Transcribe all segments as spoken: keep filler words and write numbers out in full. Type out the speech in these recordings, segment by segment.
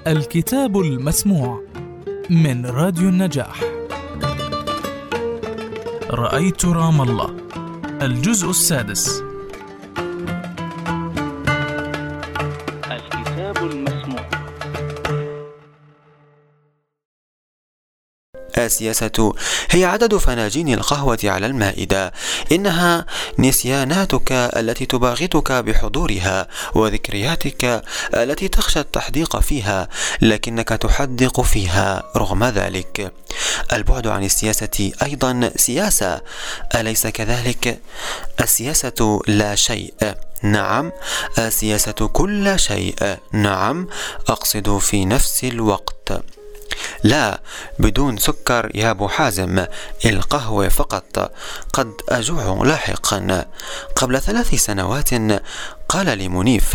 الكتاب المسموع من راديو النجاح. رأيت رام الله، الجزء السادس. الكتاب المسموع. السياسة هي عدد فناجين القهوة على المائدة. إنها نسياناتك التي تباغتك بحضورها، وذكرياتك التي تخشى التحديق فيها لكنك تحدق فيها رغم ذلك. البعد عن السياسة أيضا سياسة، أليس كذلك؟ السياسة لا شيء، نعم. السياسة كل شيء، نعم. أقصد في نفس الوقت. لا، بدون سكر يا أبو حازم، القهوة فقط. قد أجوع لاحقا. قبل ثلاث سنوات قال لي منيف: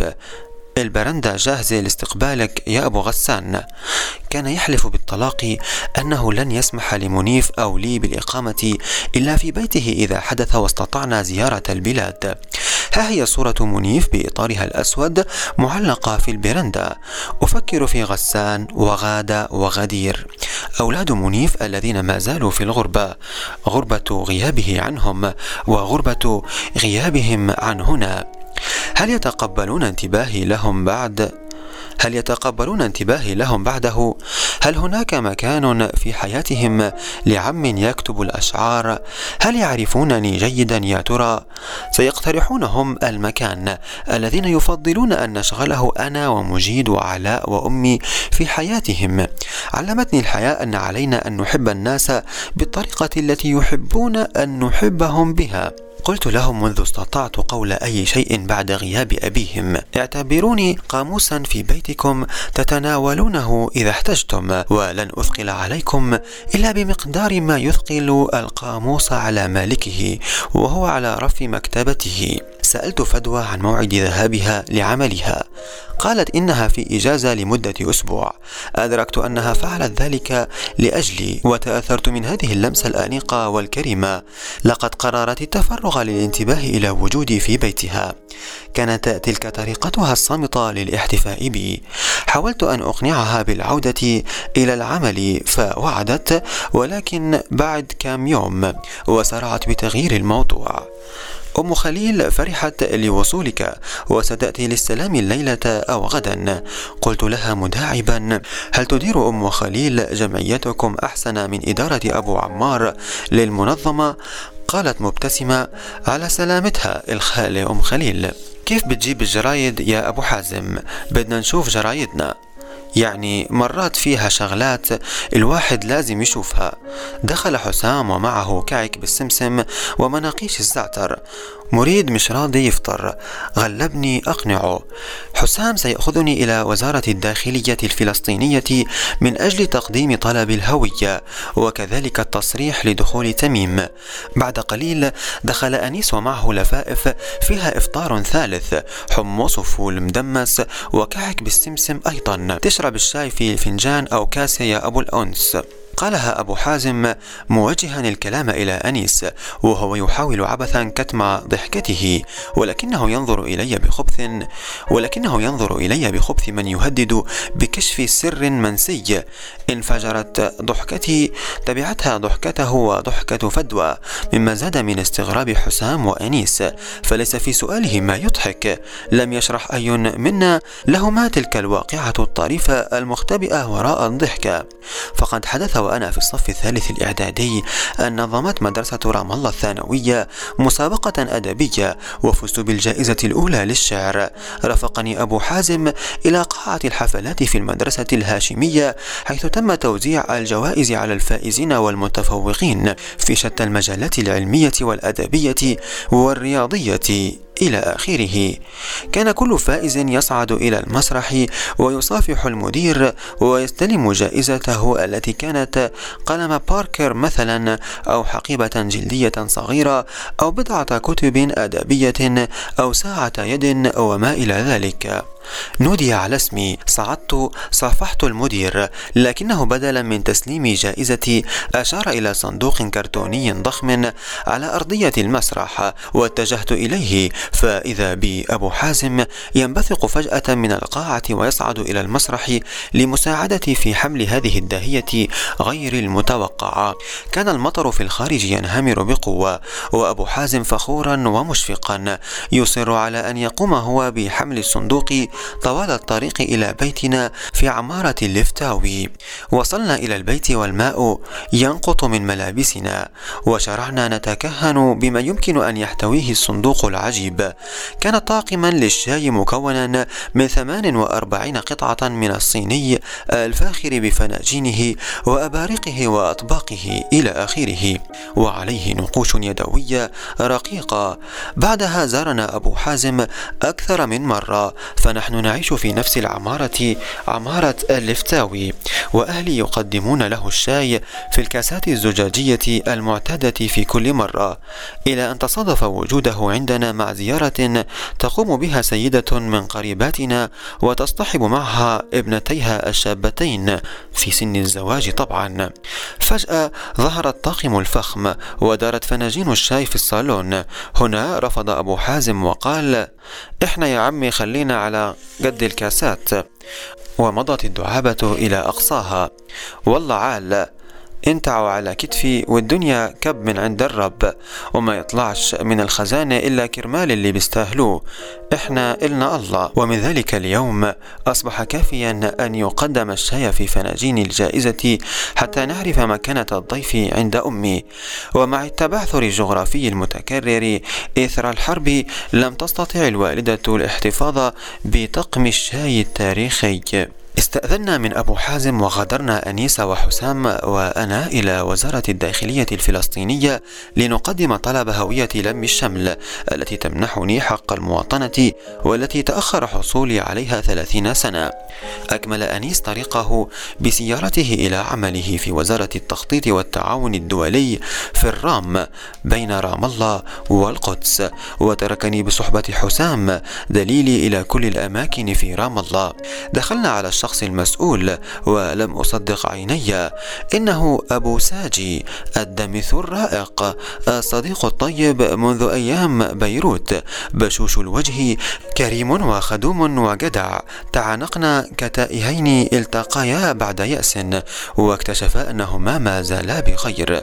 البرندة جاهزة لاستقبالك يا أبو غسان. كان يحلف بالطلاق أنه لن يسمح لمنيف أو لي بالإقامة إلا في بيته إذا حدث واستطعنا زيارة البلاد. ها هي صورة منيف بإطارها الأسود معلقة في البرندة. أفكر في غسان وغادة وغدير، أولاد منيف الذين ما زالوا في الغربة، غربة غيابه عنهم وغربة غيابهم عن هنا. هل يتقبلون انتباهي لهم بعد؟ هل يتقبلون انتباهي لهم بعده؟ هل هناك مكان في حياتهم لعم يكتب الأشعار؟ هل يعرفونني جيدا يا ترى؟ سيقترحون هم المكان الذين يفضلون أن نشغله أنا ومجيد وعلاء وأمي في حياتهم. علمتني الحياة أن علينا أن نحب الناس بالطريقة التي يحبون أن نحبهم بها. قلت لهم منذ استطعت قول أي شيء بعد غياب أبيهم: اعتبروني قاموسا في بيتكم تتناولونه إذا احتجتم، ولن أثقل عليكم إلا بمقدار ما يثقل القاموس على مالكه وهو على رف مكتبته. سألت فدوى عن موعد ذهابها لعملها، قالت إنها في إجازة لمدة أسبوع. أدركت أنها فعلت ذلك لأجلي، وتأثرت من هذه اللمسة الأنيقة والكريمة. لقد قررت التفرغ للانتباه إلى وجودي في بيتها. كانت تلك طريقتها الصامتة للاحتفاء بي. حاولت أن أقنعها بالعودة إلى العمل فوعدت، ولكن بعد كم يوم وسرعت بتغيير الموضوع. أم خليل فرحت لوصولك وستأتي للسلام الليلة أو غدا. قلت لها مداعبا: هل تدير أم خليل جمعيتكم أحسن من إدارة أبو عمار للمنظمة؟ قالت مبتسمة: على سلامتها الخالة أم خليل. كيف بتجيب الجرايد يا أبو حازم؟ بدنا نشوف جرايدنا، يعني مرات فيها شغلات الواحد لازم يشوفها. دخل حسام ومعه كعك بالسمسم ومناقيش الزعتر. مريد مش راضي يفطر، غلبني أقنعه. حسام سيأخذني إلى وزارة الداخلية الفلسطينية من أجل تقديم طلب الهوية وكذلك التصريح لدخول تميم. بعد قليل دخل أنيس ومعه لفائف فيها إفطار ثالث: حمص وفول مدمس وكعك بالسمسم أيضا. تشرب الشاي في فنجان أو كاسة يا أبو الأنس؟ قالها أبو حازم موجها الكلام إلى أنيس وهو يحاول عبثا كتم ضحكته، ولكنه ينظر إلي بخبث ولكنه ينظر إلي بخبث من يهدد بكشف سر منسي. انفجرت ضحكتي، تبعتها ضحكته وضحكة فدوى، مما زاد من استغراب حسام وأنيس، فليس في سؤاله ما يضحك. لم يشرح أي منا لهما تلك الواقعة الطريفة المختبئة وراء الضحكة. فقد حدث وأنا في الصف الثالث الإعدادي أن نظمت مدرسة رام الله الثانوية مسابقة أدبية وفزت بالجائزة الأولى للشعر. رافقني أبو حازم إلى قاعة الحفلات في المدرسة الهاشمية، حيث تم توزيع الجوائز على الفائزين والمتفوقين في شتى المجالات العلمية والأدبية والرياضية إلى آخره. كان كل فائز يصعد إلى المسرح ويصافح المدير ويستلم جائزته التي كانت قلم باركر مثلا، أو حقيبة جلدية صغيرة، أو بضعة كتب أدبية، أو ساعة يد وما إلى ذلك. نودي على اسمي، صعدت صافحت المدير، لكنه بدلا من تسليم جائزتي أشار إلى صندوق كرتوني ضخم على أرضية المسرح، واتجهت إليه فإذا بي أبو حازم ينبثق فجأة من القاعة ويصعد إلى المسرح لمساعدتي في حمل هذه الداهية غير المتوقعة. كان المطر في الخارج ينهمر بقوة، وأبو حازم فخورا ومشفقا يصر على أن يقوم هو بحمل الصندوق طوال الطريق إلى بيتنا في عمارة اللفتاوي. وصلنا إلى البيت والماء ينقط من ملابسنا، وشرعنا نتكهن بما يمكن أن يحتويه الصندوق العجيب. كان طاقما للشاي مكونا من ثمان وأربعين قطعة من الصيني الفاخر بفناجينه وأبارقه وأطباقه إلى آخره، وعليه نقوش يدوية رقيقة. بعدها زارنا أبو حازم أكثر من مرة، فنحن نعيش في نفس العمارة، عمارة اللفتاوي، وأهلي يقدمون له الشاي في الكاسات الزجاجية المعتادة في كل مرة، إلى أن تصادف وجوده عندنا مع زيارة تقوم بها سيدة من قريباتنا وتصطحب معها ابنتيها الشابتين في سن الزواج طبعا. فجأة ظهر الطاقم الفخم ودارت فناجين الشاي في الصالون. هنا رفض أبو حازم وقال: إحنا يا عمي خلينا على قد الكاسات. ومضت الدعابة إلى أقصاها. والله عال، انتعوا على كتفي والدنيا كب من عند الرب، وما يطلعش من الخزانة إلا كرمال اللي بيستاهلوه. إحنا إلنا الله. ومن ذلك اليوم أصبح كافيا أن يقدم الشاي في فناجين الجائزة حتى نعرف مكانة الضيف عند أمي. ومع التبعثر الجغرافي المتكرر إثر الحرب لم تستطع الوالدة الاحتفاظ بطقم الشاي التاريخي. استأذنا من أبو حازم وغادرنا أنيسة وحسام وأنا إلى وزارة الداخلية الفلسطينية لنقدم طلب هوية لم الشمل التي تمنحني حق المواطنة والتي تأخر حصولي عليها ثلاثين سنة. أكمل أنيس طريقه بسيارته إلى عمله في وزارة التخطيط والتعاون الدولي في الرام بين رام الله والقدس، وتركني بصحبة حسام دليلي إلى كل الأماكن في رام الله. دخلنا على الشخص المسؤول ولم أصدق عيني، إنه أبو ساجي الدمث الرائق، الصديق الطيب منذ أيام بيروت، بشوش الوجه، كريم وخدوم وجدع. تعانقنا كتائهين التقيا بعد يأس، واكتشفا أنهما ما زالا بخير.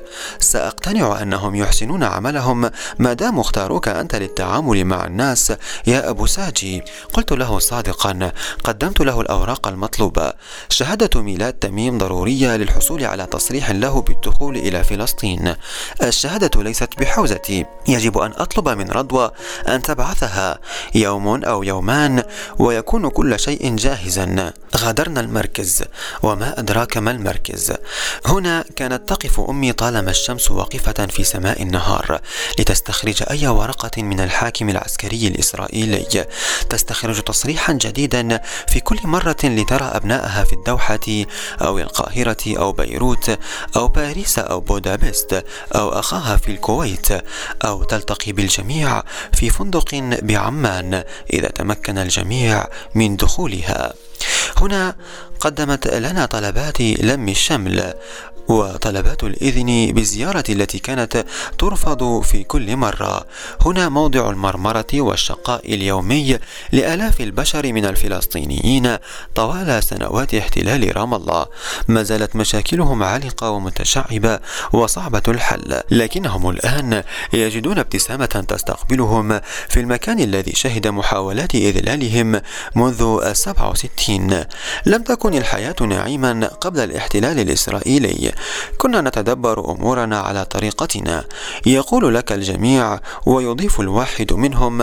سأقتنع أنهم يحسنون عملهم ما دام اختاروك أنت للتعامل مع الناس يا أبو ساجي. قلت له صادقا. قدمت له الأوراق المطلوبة. شهادة ميلاد تميم ضرورية للحصول على تصريح له بالدخول إلى فلسطين. الشهادة ليست بحوزتي، يجب أن أطلب من رضوى أن تبعثها يوم أو يومان ويكون كل شيء جاهزا. غادرنا المركز، وما أدراك ما المركز. هنا كانت تقف أمي طالما الشمس واقفة في سماء النهار لتستخرج أي ورقة من الحاكم العسكري الإسرائيلي، تستخرج تصريحا جديدا في كل مرة لترى أبنائها في الدوحة أو القاهرة أو بيروت أو باريس أو بودابست، أو أخاها في الكويت، أو تلتقي بالجميع في فندق بعمان إذا تمكن الجميع من دخولها. هنا قدمت لنا طلبات لم الشمل وطلبات الإذن بالزيارة التي كانت ترفض في كل مرة. هنا موضع المرمرة والشقاء اليومي لآلاف البشر من الفلسطينيين طوال سنوات احتلال رام الله. ما زالت مشاكلهم عالقة ومتشعبة وصعبة الحل، لكنهم الآن يجدون ابتسامة تستقبلهم في المكان الذي شهد محاولات إذلالهم منذ السبعة وستين. لم تكن الحياة ناعما قبل الاحتلال الإسرائيلي. كنا نتدبر أمورنا على طريقتنا، يقول لك الجميع ويضيف الواحد منهم: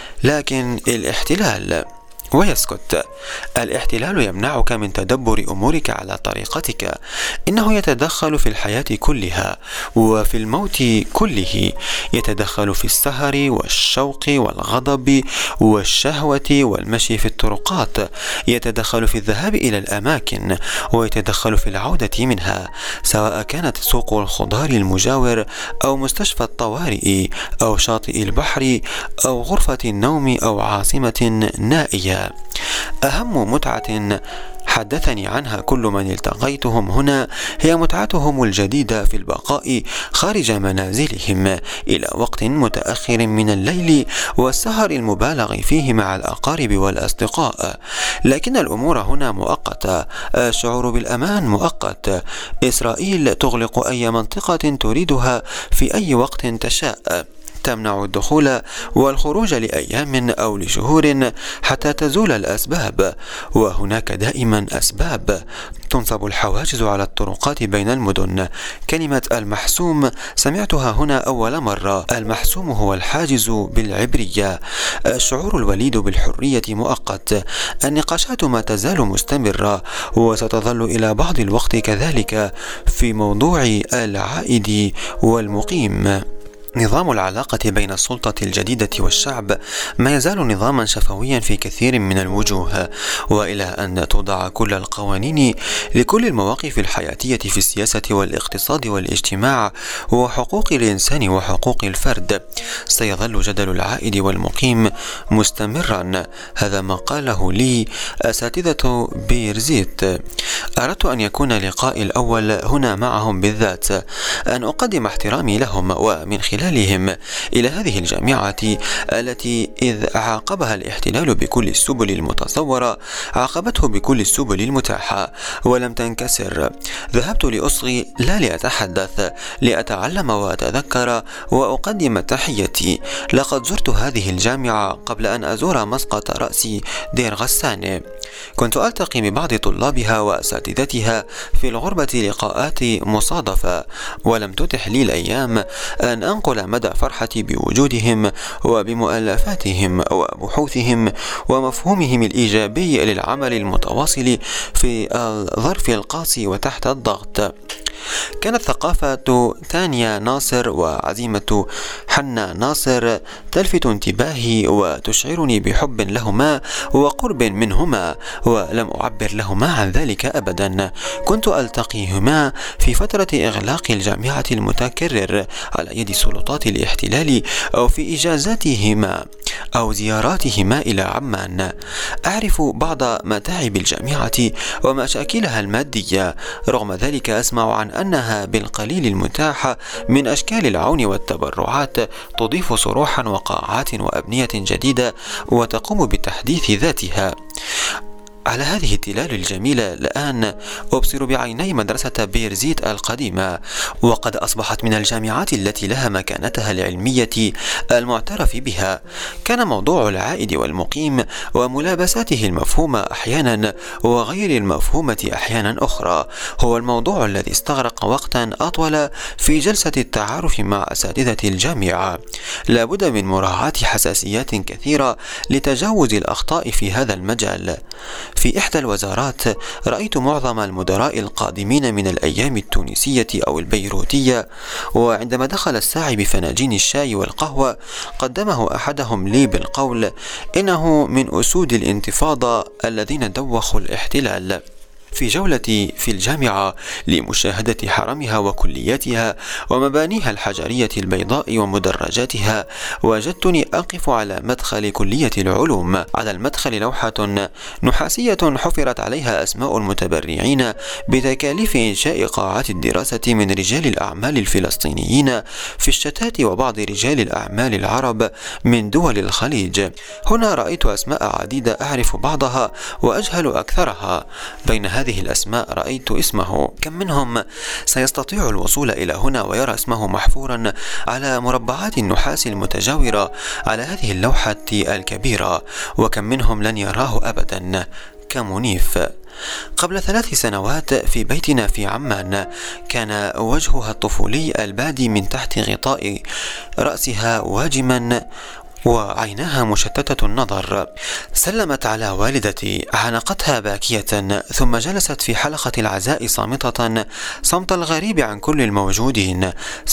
لكن الاحتلال، ويسكت. الاحتلال يمنعك من تدبر أمورك على طريقتك. إنه يتدخل في الحياة كلها وفي الموت كله، يتدخل في السهر والشوق والغضب والشهوة والمشي في الطرقات، يتدخل في الذهاب إلى الأماكن ويتدخل في العودة منها، سواء كانت سوق الخضار المجاور أو مستشفى الطوارئ أو شاطئ البحر أو غرفة النوم أو عاصمة نائية. أهم متعة حدثني عنها كل من التقيتهم هنا هي متعتهم الجديدة في البقاء خارج منازلهم إلى وقت متأخر من الليل والسهر المبالغ فيه مع الأقارب والأصدقاء. لكن الأمور هنا مؤقتة، الشعور بالأمان مؤقت. إسرائيل تغلق أي منطقة تريدها في أي وقت تشاء، تمنع الدخول والخروج لأيام أو لشهور حتى تزول الأسباب، وهناك دائما أسباب. تنصب الحواجز على الطرقات بين المدن. كلمة المحسوم سمعتها هنا أول مرة. المحسوم هو الحاجز بالعبرية. الشعور الوليد بالحرية مؤقت. النقاشات ما تزال مستمرة وستظل إلى بعض الوقت كذلك في موضوع العائد والمقيم. نظام العلاقة بين السلطة الجديدة والشعب ما يزال نظاما شفويا في كثير من الوجوه، وإلى أن توضع كل القوانين لكل المواقف الحياتية في السياسة والاقتصاد والاجتماع وحقوق الإنسان وحقوق الفرد، سيظل جدل العائد والمقيم مستمرا. هذا ما قاله لي أساتذة بيرزيت. أردت أن يكون لقائي الأول هنا معهم بالذات، أن أقدم احترامي لهم ومن خلال لهم إلى هذه الجامعة التي إذ عاقبها الاحتلال بكل السبل المتصورة عاقبته بكل السبل المتاحة ولم تنكسر. ذهبت لأصغي لا لأتحدث، لأتعلم وأتذكر وأقدم تحيتي. لقد زرت هذه الجامعة قبل أن أزور مسقط رأس دير غسان. كنت ألتقي ببعض طلابها وأساتذتها في الغربة لقاءات مصادفة، ولم تتح لي الأيام أن أنقل مدى فرحتي بوجودهم وبمؤلفاتهم وبحوثهم ومفهومهم الإيجابي للعمل المتواصل في الظرف القاسي وتحت الضغط. كانت ثقافة تانيا ناصر وعزيمة حنا ناصر تلفت انتباهي وتشعرني بحب لهما وقرب منهما، ولم أعبر لهما عن ذلك أبدا. كنت ألتقيهما في فترة إغلاق الجامعة المتكرر على يد سلطات الاحتلال أو في إجازاتهما أو زياراتهما إلى عمان. أعرف بعض متاعب الجامعة ومشاكلها المادية، رغم ذلك أسمع عن أنها بالقليل المتاح من أشكال العون والتبرعات تضيف صروحا وقاعات وأبنية جديدة وتقوم بتحديث ذاتها. على هذه التلال الجميلة الآن أبصر بعيني مدرسة بيرزيت القديمة، وقد أصبحت من الجامعات التي لها مكانتها العلمية المعترف بها. كان موضوع العائد والمقيم وملابساته المفهومة أحيانا وغير المفهومة أحيانا أخرى هو الموضوع الذي استغرق وقتا أطول في جلسة التعارف مع أساتذة الجامعة. لابد من مراعاة حساسيات كثيرة لتجاوز الأخطاء في هذا المجال. في إحدى الوزارات رأيت معظم المدراء القادمين من الأيام التونسية أو البيروتية، وعندما دخل الساعي بفناجين الشاي والقهوة قدمه أحدهم لي بالقول: إنه من أسود الانتفاضة الذين دوخوا الاحتلال. في جولتي في الجامعة لمشاهدة حرمها وكلياتها ومبانيها الحجرية البيضاء ومدرجاتها، وجدتني أقف على مدخل كلية العلوم. على المدخل لوحة نحاسية حفرت عليها أسماء المتبرعين بتكاليف إنشاء قاعات الدراسة من رجال الأعمال الفلسطينيين في الشتات وبعض رجال الأعمال العرب من دول الخليج. هنا رأيت أسماء عديدة أعرف بعضها وأجهل أكثرها. بين هذه الأسماء رأيت اسمه. كم منهم سيستطيع الوصول إلى هنا ويرى اسمه محفورا على مربعات النحاس المتجاورة على هذه اللوحة الكبيرة، وكم منهم لن يراه أبدا كمنيف. قبل ثلاث سنوات في بيتنا في عمان كان وجهها الطفولي البادي من تحت غطاء رأسها واجما وعيناها مشتتة النظر. سلمت على والدتي، عانقتها باكية، ثم جلست في حلقة العزاء صامتة صمت الغريب عن كل الموجودين.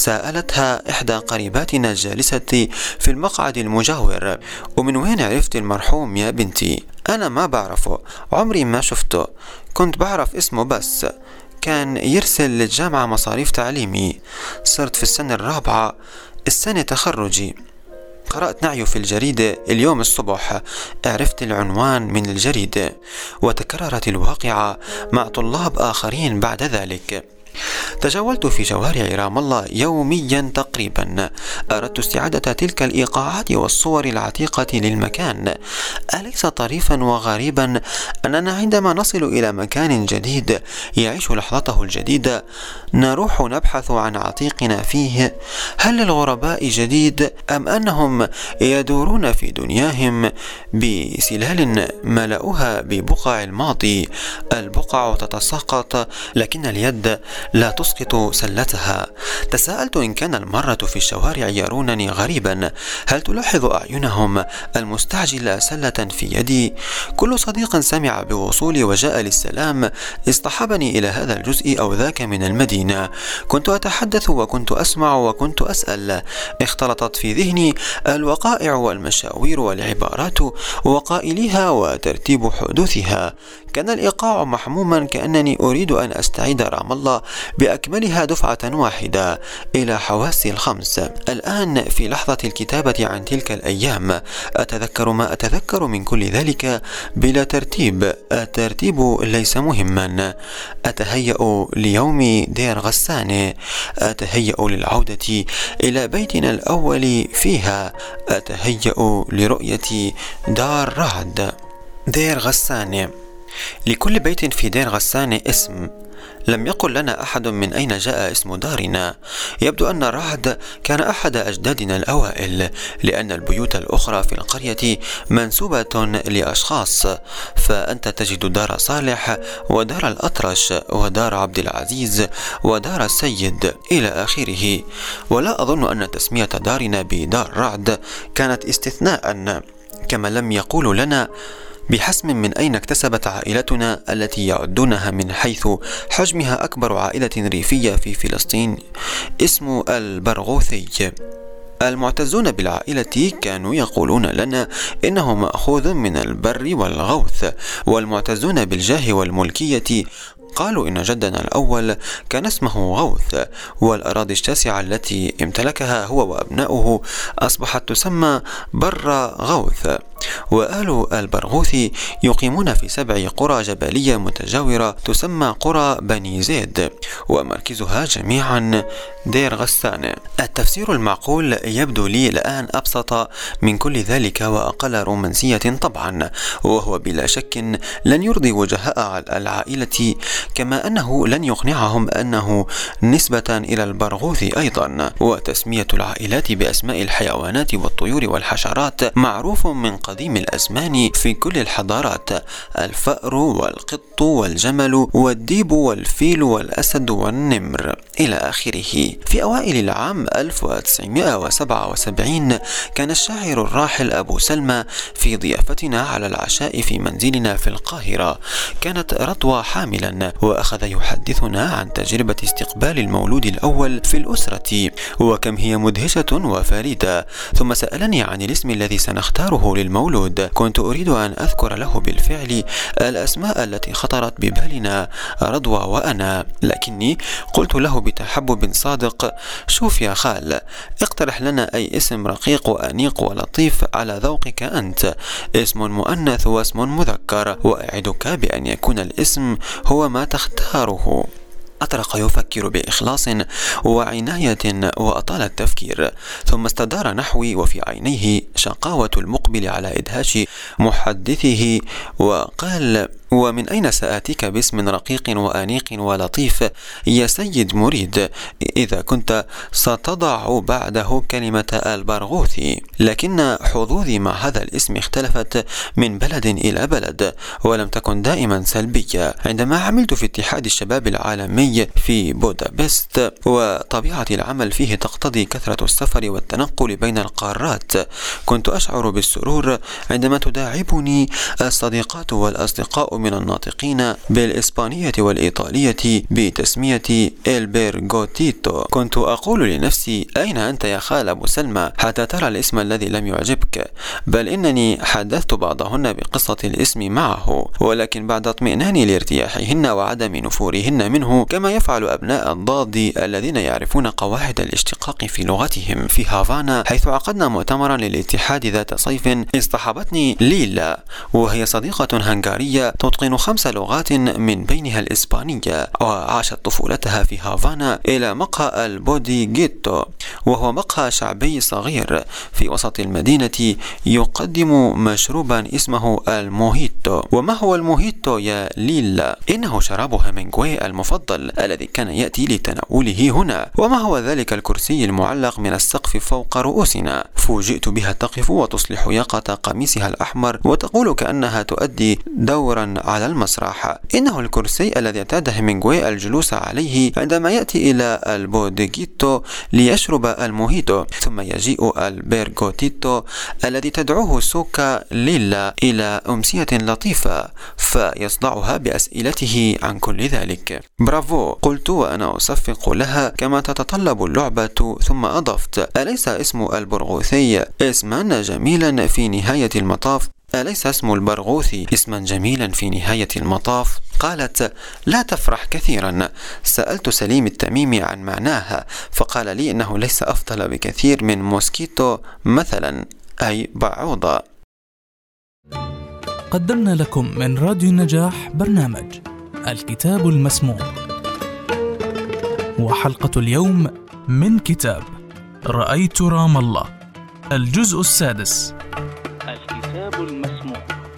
سألتها إحدى قريباتنا الجالسة في المقعد المجاور: ومن وين عرفت المرحوم يا بنتي؟ أنا ما بعرفه، عمري ما شفته، كنت بعرف اسمه بس، كان يرسل للجامعة مصاريف تعليمي، صرت في السنة الرابعة، السنة تخرجي. قرأت نعي في الجريدة اليوم الصبح، عرفت العنوان من الجريدة، وتكررت الواقعة مع طلاب آخرين بعد ذلك. تجولت في شوارع رام الله يوميا تقريبا، أردت استعادة تلك الإيقاعات والصور العتيقة للمكان. أليس طريفا وغريبا أننا عندما نصل إلى مكان جديد يعيش لحظته الجديدة نروح نبحث عن عتيقنا فيه؟ هل للغرباء جديد أم أنهم يدورون في دنياهم بسلال ملأوها ببقع الماضي؟ البقع تتساقط لكن اليد لا تسقط سلتها. تساءلت إن كان المرة في الشوارع يرونني غريبا. هل تلاحظ أعينهم المستعجلة سلة في يدي؟ كل صديق سمع بوصولي وجاء للسلام اصطحبني إلى هذا الجزء أو ذاك من المدينة. كنت أتحدث وكنت أسمع وكنت أسأل. اختلطت في ذهني الوقائع والمشاوير والعبارات وقائليها وترتيب حدوثها. كان الإيقاع محموما، كأنني أريد أن أستعيد رام الله بأكملها دفعة واحدة إلى حواسي الخمس. الآن في لحظة الكتابة عن تلك الأيام أتذكر ما أتذكر من كل ذلك بلا ترتيب. الترتيب ليس مهما. أتهيأ ليوم دير غسانة، أتهيأ للعودة إلى بيتنا الأول فيها، أتهيأ لرؤية دار رعد. دير غسانة، لكل بيت في دير غسانة اسم. لم يقل لنا أحد من أين جاء اسم دارنا. يبدو أن رعد كان أحد أجدادنا الأوائل، لأن البيوت الأخرى في القرية منسوبة لأشخاص، فأنت تجد دار صالح ودار الأطرش ودار عبد العزيز ودار السيد إلى آخره. ولا أظن أن تسمية دارنا بدار رعد كانت استثناء، كما لم يقولوا لنا بحسم من أين اكتسبت عائلتنا التي يعدونها من حيث حجمها أكبر عائلة ريفية في فلسطين اسم البرغوثي. المعتزون بالعائلة كانوا يقولون لنا إنه مأخوذ من البر والغوث، والمعتزون بالجاه والملكية قالوا إن جدنا الأول كان اسمه غوث، والأراضي الشاسعة التي امتلكها هو وأبناؤه أصبحت تسمى بر غوث. وآل البرغوث يقيمون في سبع قرى جبلية متجاورة تسمى قرى بني زيد، ومركزها جميعا دير غسان. التفسير المعقول يبدو لي الآن أبسط من كل ذلك وأقل رومانسية طبعا، وهو بلا شك لن يرضي وجهاء العائلة، كما أنه لن يقنعهم أنه نسبة إلى البرغوث أيضا. وتسمية العائلات بأسماء الحيوانات والطيور والحشرات معروف من قديم الأزمان في كل الحضارات: الفأر والقط والجمل والديب والفيل والأسد والنمر إلى آخره. في أوائل العام ألف وتسعمائة وسبعة وسبعين كان الشاعر الراحل أبو سلمى في ضيافتنا على العشاء في منزلنا في القاهرة. كانت رضوى حاملا، وأخذ يحدثنا عن تجربة استقبال المولود الأول في الأسرة وكم هي مدهشة وفريدة. ثم سألني عن الاسم الذي سنختاره للمولود. كنت أريد أن أذكر له بالفعل الأسماء التي خطرت ببالنا رضوى وأنا، لكني قلت له بتحبب صادق: شوف يا خال، اقترح لنا أي اسم رقيق وأنيق ولطيف على ذوقك أنت، اسم مؤنث واسم مذكر، وأعدك بأن يكون الاسم هو ما تختاره. أطرق يفكر بإخلاص وعناية وأطال التفكير، ثم استدار نحوي وفي عينيه شقاوة المقبل على إدهاش محدثه، وقال: ومن أين سآتيك باسم رقيق وأنيق ولطيف يا سيد مريد إذا كنت ستضع بعده كلمة البرغوثي؟ لكن حظوظي مع هذا الاسم اختلفت من بلد إلى بلد، ولم تكن دائما سلبية. عندما عملت في اتحاد الشباب العالمي في بودابست، وطبيعة العمل فيه تقتضي كثرة السفر والتنقل بين القارات، كنت أشعر بالسرور عندما تداعبني الصديقات والأصدقاء من الناطقين بالإسبانية والإيطالية بتسمية البرغوتيتو. كنت أقول لنفسي: أين أنت يا خال أبو سلمى حتى ترى الاسم الذي لم يعجبك؟ بل إنني حدثت بعضهن بقصة الاسم معه، ولكن بعد اطمئناني لارتياحهن وعدم نفورهن منه، كما يفعل أبناء الضاد الذين يعرفون قواعد الاشتقاق في لغتهم. في هافانا حيث عقدنا مؤتمرا للاتحاد ذات صيف، اصطحبتني ليلا، وهي صديقة هنغارية تتقن خمس لغات من بينها الإسبانية، وعاشت طفولتها في هافانا إلى مقهى البوديغيتو، وهو مقهى شعبي صغير في وسط المدينة يقدم مشروبا اسمه الموهيتو. وما هو الموهيتو يا ليلا؟ إنه شراب هيمنغواي المفضل الذي كان يأتي لتناوله هنا. وما هو ذلك الكرسي المعلق من السقف فوق رؤوسنا؟ فوجئت بها تقف وتصلح يقة قميصها الأحمر وتقول كأنها تؤدي دورا على المسرح: إنه الكرسي الذي اعتاد هيمنغواي الجلوس عليه عندما يأتي إلى البوديغيتو ليشرب الموهيتو. ثم يجيء البرغوتيتو الذي تدعوه سوكا ليلا إلى أمسية لطيفة فيصدعها بأسئلته عن كل ذلك. برافو، قلت وأنا أصفق لها كما تتطلب اللعبة، ثم أضفت: أليس اسم البرغوثي اسما جميلا في نهاية المطاف؟ أليس اسم البرغوثي اسما جميلا في نهاية المطاف؟ قالت: لا تفرح كثيرا. سألت سليم التميمي عن معناها، فقال لي إنه ليس أفضل بكثير من موسكيتو مثلا، أي بعوضة. قدمنا لكم من راديو النجاح برنامج الكتاب المسموع، وحلقة اليوم من كتاب رأيت رام الله، الجزء السادس، الكتاب المسموع.